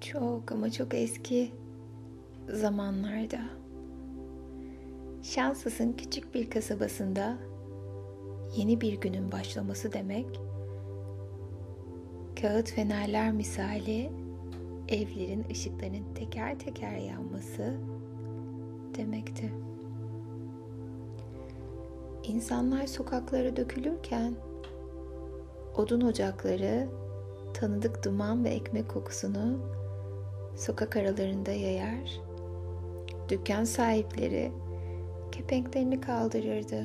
Çok ama çok eski zamanlarda şanslısın küçük bir kasabasında yeni bir günün başlaması demek, kağıt fenerler misali evlerin ışıklarının teker teker yanması demekti. İnsanlar sokaklara dökülürken odun ocakları tanıdık duman ve ekmek kokusunu sokak aralarında yayar, dükkan sahipleri kepenklerini kaldırırdı.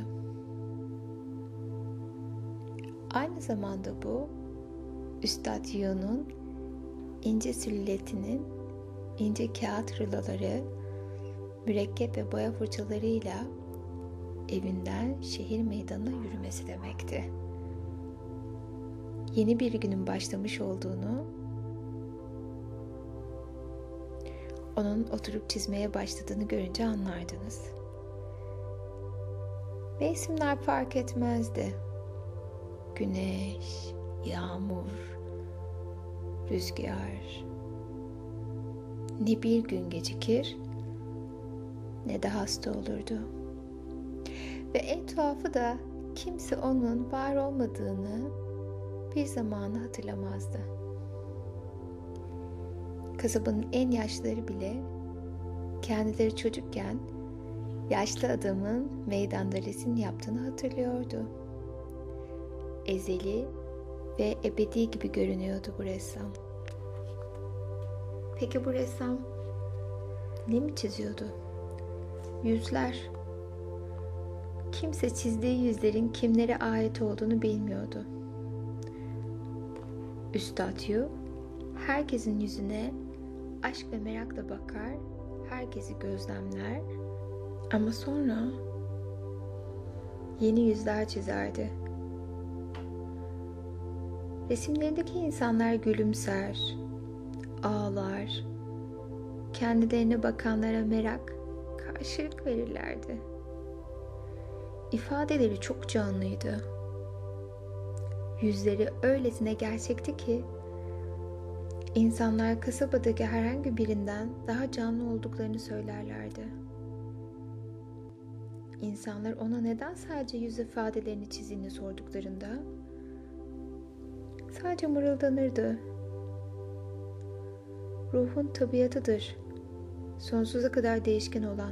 Aynı zamanda bu, Üstad Yu'nun ince silüetinin ince kağıt ruloları, mürekkep ve boya fırçalarıyla evinden şehir meydanına yürümesi demekti. Yeni bir günün başlamış olduğunu, onun oturup çizmeye başladığını görünce anlardınız. Mevsimler fark etmezdi. Güneş, yağmur, rüzgar. Ne bir gün gecikir, ne de hasta olurdu. Ve en tuhafı da kimse onun var olmadığını bir zamanı hatırlamazdı. Kasabanın en yaşlıları bile kendileri çocukken yaşlı adamın meydanda resim yaptığını hatırlıyordu. Ezeli ve ebedi gibi görünüyordu bu ressam. Peki bu ressam ne mi çiziyordu? Yüzler. Kimse çizdiği yüzlerin kimlere ait olduğunu bilmiyordu. Üstad Yu, herkesin yüzüne aşk ve merakla bakar, herkesi gözlemler ama sonra yeni yüzler çizerdi. Resimlerindeki insanlar gülümser, ağlar, kendilerine bakanlara merak, karşılık verirlerdi. İfadeleri çok canlıydı. Yüzleri öylesine gerçekti ki insanlar kasabadaki herhangi birinden daha canlı olduklarını söylerlerdi. İnsanlar ona neden sadece yüz ifadelerini çizdiğini sorduklarında sadece mırıldanırdı. Ruhun tabiatıdır, sonsuza kadar değişken olan.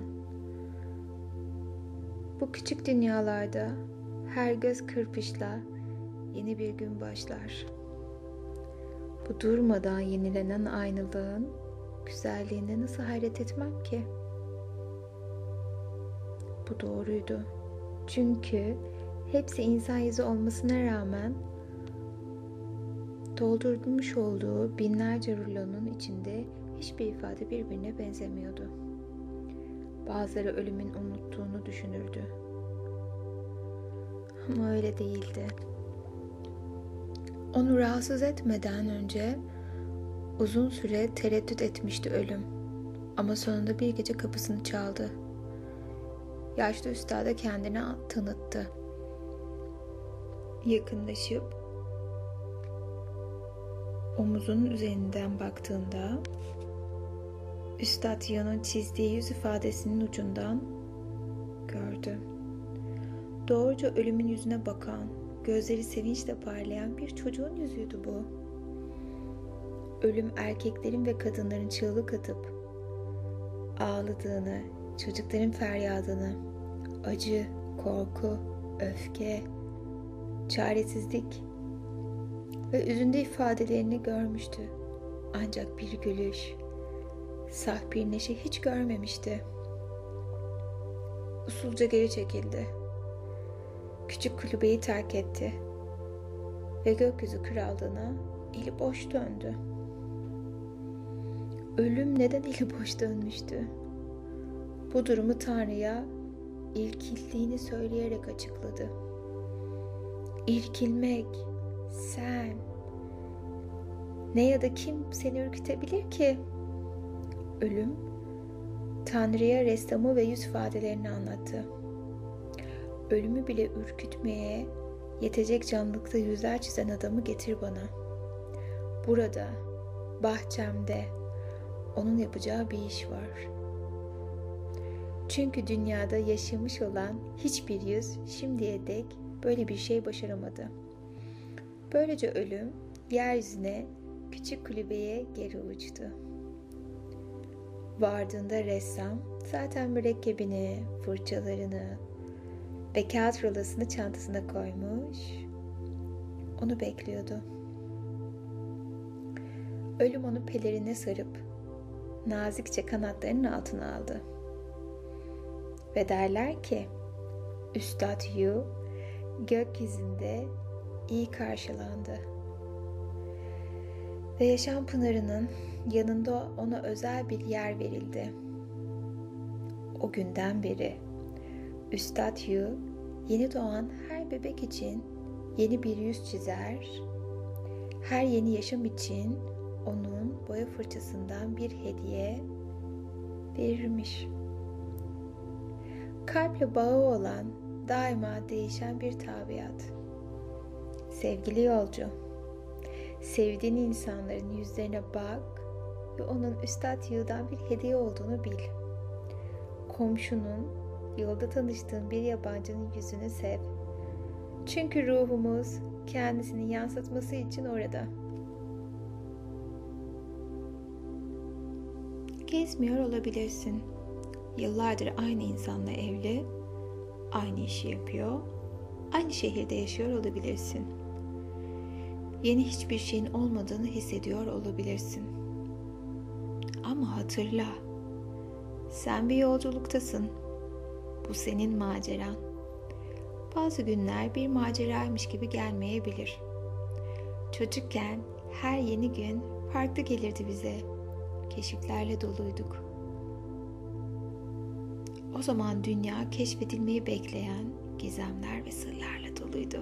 Bu küçük dünyalarda her göz kırpışla yeni bir gün başlar. Bu durmadan yenilenen aynalığın güzelliğine nasıl hayret etmem ki? Bu doğruydu. Çünkü hepsi insan yüzü olmasına rağmen doldurmuş olduğu binlerce rulonun içinde hiçbir ifade birbirine benzemiyordu. Bazıları ölümün unuttuğunu düşünürdü. Ama öyle değildi. Onu rahatsız etmeden önce uzun süre tereddüt etmişti ölüm. Ama sonunda bir gece kapısını çaldı. Yaşlı üstada kendini tanıttı. Yakınlaşıp omuzunun üzerinden baktığında Üstad Yu'nun çizdiği yüz ifadesinin ucundan gördü. Doğruca ölümün yüzüne bakan, gözleri sevinçle parlayan bir çocuğun yüzüydü bu. Ölüm erkeklerin ve kadınların çığlık atıp ağladığını, çocukların feryadını, acı, korku, öfke, çaresizlik ve üzüntü ifadelerini görmüştü. Ancak bir gülüş, saf bir neşe hiç görmemişti. Usulca geri çekildi. Küçük kulübeyi terk etti ve gökyüzü krallığına eli boş döndü. Ölüm neden eli boş dönmüştü? Bu durumu Tanrı'ya irkildiğini söyleyerek açıkladı. İrkilmek, sen, ne ya da kim seni ürkütebilir ki? Ölüm, Tanrı'ya ressamı ve yüz ifadelerini anlattı. Ölümü bile ürkütmeye yetecek canlılıkta yüzler çizen adamı getir bana. Burada, bahçemde, onun yapacağı bir iş var. Çünkü dünyada yaşamış olan hiçbir yüz şimdiye dek böyle bir şey başaramadı. Böylece ölüm yeryüzüne, küçük kulübeye geri uçtu. Vardığında ressam zaten mürekkebini, fırçalarını ve kağıt rulasını çantasına koymuş, onu bekliyordu. Ölüm onu pelerine sarıp nazikçe kanatlarının altına aldı. Ve derler ki, Üstad Yu gökyüzünde iyi karşılandı. Ve yaşam pınarının yanında ona özel bir yer verildi. O günden beri Üstad Yu yeni doğan her bebek için yeni bir yüz çizer, her yeni yaşam için onun boya fırçasından bir hediye verirmiş. Kalple bağı olan daima değişen bir tabiat. Sevgili yolcu, sevdiğin insanların yüzlerine bak ve onun Üstad Yu'dan bir hediye olduğunu bil. Komşunun, yolda tanıştığın bir yabancının yüzünü sev. Çünkü ruhumuz kendisini yansıtması için orada. Gezmiyor olabilirsin. Yıllardır aynı insanla evli, aynı işi yapıyor, aynı şehirde yaşıyor olabilirsin. Yeni hiçbir şeyin olmadığını hissediyor olabilirsin. Ama hatırla, sen bir yolculuktasın. Bu senin maceran. Bazı günler bir maceraymış gibi gelmeyebilir. Çocukken her yeni gün farklı gelirdi bize. Keşiflerle doluyduk. O zaman dünya keşfedilmeyi bekleyen gizemler ve sırlarla doluydu.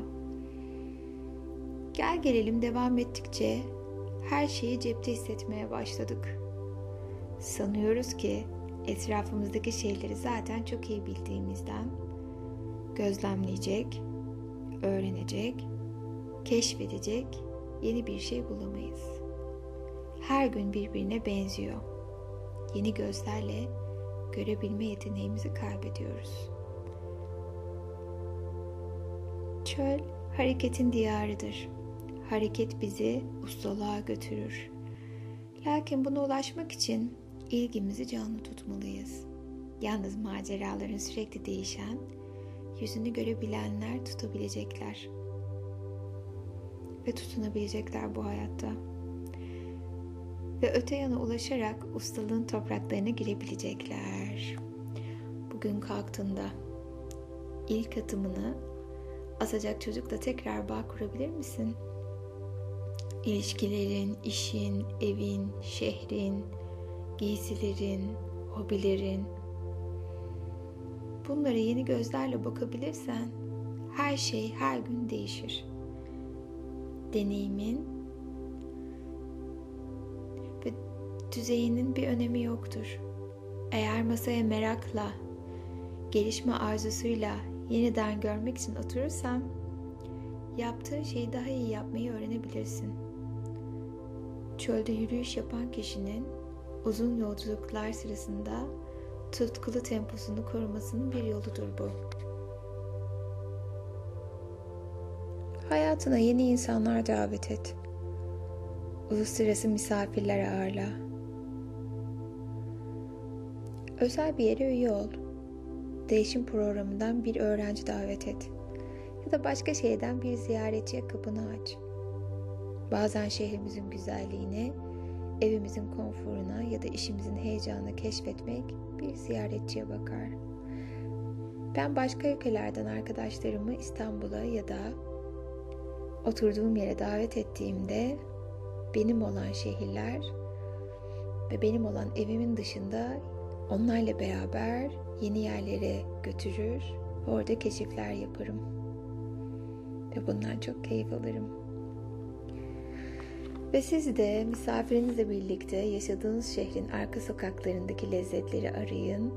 Gel gelelim devam ettikçe her şeyi cepte hissetmeye başladık. Sanıyoruz ki etrafımızdaki şeyleri zaten çok iyi bildiğimizden gözlemleyecek, öğrenecek, keşfedecek yeni bir şey bulamayız. Her gün birbirine benziyor. Yeni gözlerle görebilme yeteneğimizi kaybediyoruz. Çöl hareketin diyarıdır. Hareket bizi ustalığa götürür. Lakin buna ulaşmak için ilgimizi canlı tutmalıyız. Yalnız maceraların sürekli değişen, yüzünü görebilenler tutabilecekler. Ve tutunabilecekler bu hayatta. Ve öte yana ulaşarak ustalığın topraklarına girebilecekler. Bugün kalktığında ilk adımını atacak çocukla tekrar bağ kurabilir misin? İlişkilerin, işin, evin, şehrin, giysilerin, hobilerin. Bunlara yeni gözlerle bakabilirsen her şey her gün değişir. Deneyimin ve düzeyinin bir önemi yoktur. Eğer masaya merakla, gelişme arzusuyla yeniden görmek için oturursan, yaptığın şeyi daha iyi yapmayı öğrenebilirsin. Çölde yürüyüş yapan kişinin uzun yolculuklar sırasında tutkulu temposunu korumasının bir yoludur bu. Hayatına yeni insanlar davet et. Uluslararası misafirler ağırla. Özel bir yere üye ol. Değişim programından bir öğrenci davet et. Ya da başka şehirden bir ziyaretçiye kapını aç. Bazen şehrimizin güzelliğini, evimizin konforuna ya da işimizin heyecanını keşfetmek bir ziyaretçiye bakar. Ben başka ülkelerden arkadaşlarımı İstanbul'a ya da oturduğum yere davet ettiğimde benim olan şehirler ve benim olan evimin dışında onlarla beraber yeni yerlere götürür, orada keşifler yaparım. Ve bundan çok keyif alırım. Ve siz de misafirinizle birlikte yaşadığınız şehrin arka sokaklarındaki lezzetleri arayın.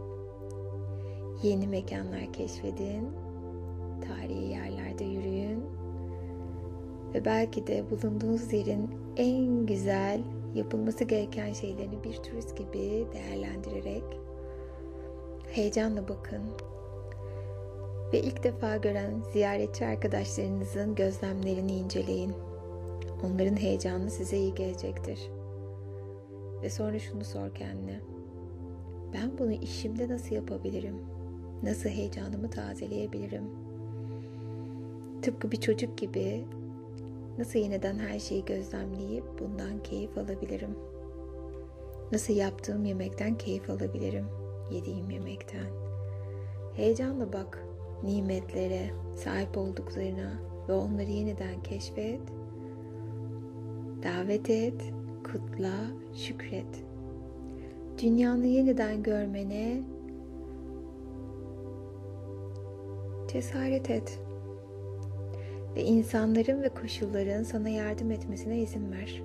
Yeni mekanlar keşfedin. Tarihi yerlerde yürüyün. Ve belki de bulunduğunuz yerin en güzel yapılması gereken şeylerini bir turist gibi değerlendirerek heyecanla bakın. Ve ilk defa gören ziyaretçi arkadaşlarınızın gözlemlerini inceleyin. Onların heyecanı size iyi gelecektir. Ve sonra şunu sor kendine. Ben bunu işimde nasıl yapabilirim? Nasıl heyecanımı tazeleyebilirim? Tıpkı bir çocuk gibi nasıl yeniden her şeyi gözlemleyip bundan keyif alabilirim? Nasıl yaptığım yemekten keyif alabilirim? Yediğim yemekten. Heyecanla bak nimetlere, sahip olduklarına ve onları yeniden keşfet. Davet et, kutla, şükret. Dünyanı yeniden görmene cesaret et. Ve insanların ve koşulların sana yardım etmesine izin ver.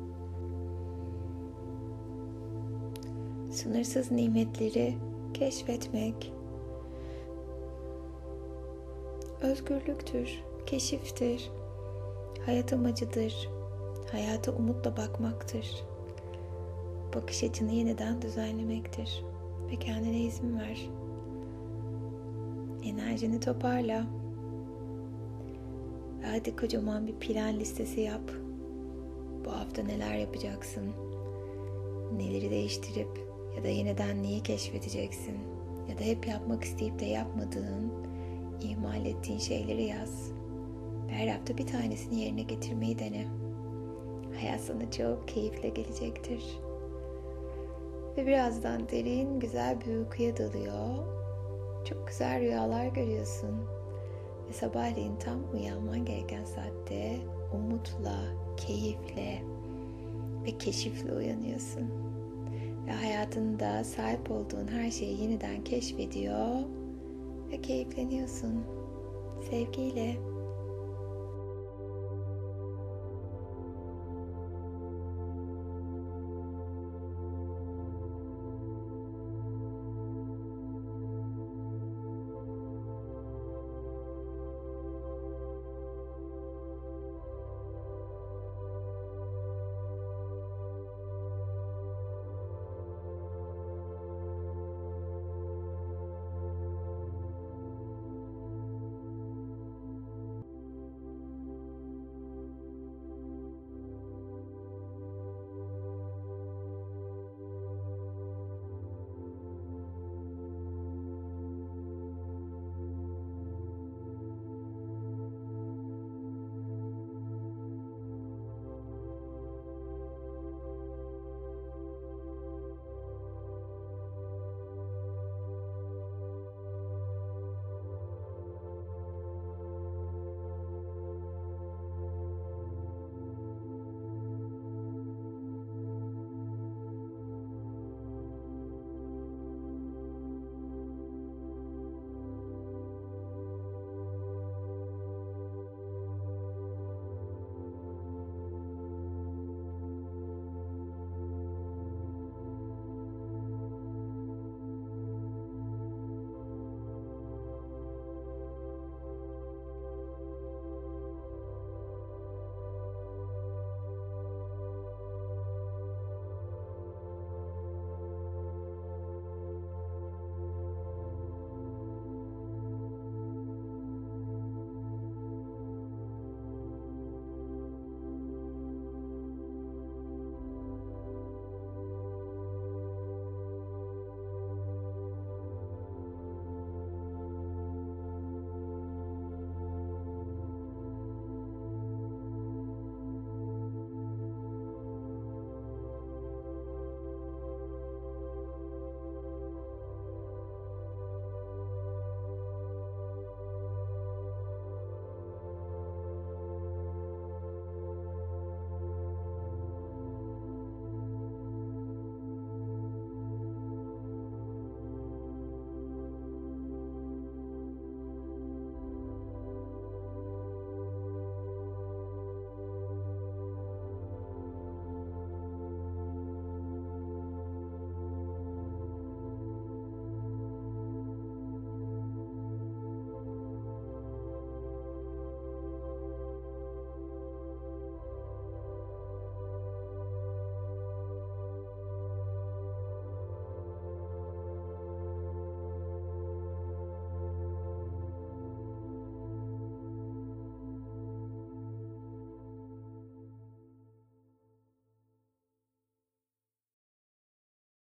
Sınırsız nimetleri keşfetmek özgürlüktür, keşiftir, hayat amacıdır, hayata umutla bakmaktır. Bakış açını yeniden düzenlemektir ve kendine izin ver. Enerjini toparla. Ve hadi kocaman bir plan listesi yap. Bu hafta neler yapacaksın? Neleri değiştirip ya da yeniden neyi keşfedeceksin? Ya da hep yapmak isteyip de yapmadığın, ihmal ettiğin şeyleri yaz. Ve her hafta bir tanesini yerine getirmeyi dene. Hayat sana çok keyifle gelecektir. Ve birazdan derin, güzel bir uykuya dalıyor. Çok güzel rüyalar görüyorsun. Ve sabahleyin tam uyanman gereken saatte umutla, keyifle ve keşifle uyanıyorsun. Ve hayatında sahip olduğun her şeyi yeniden keşfediyor ve keyifleniyorsun. Sevgiyle.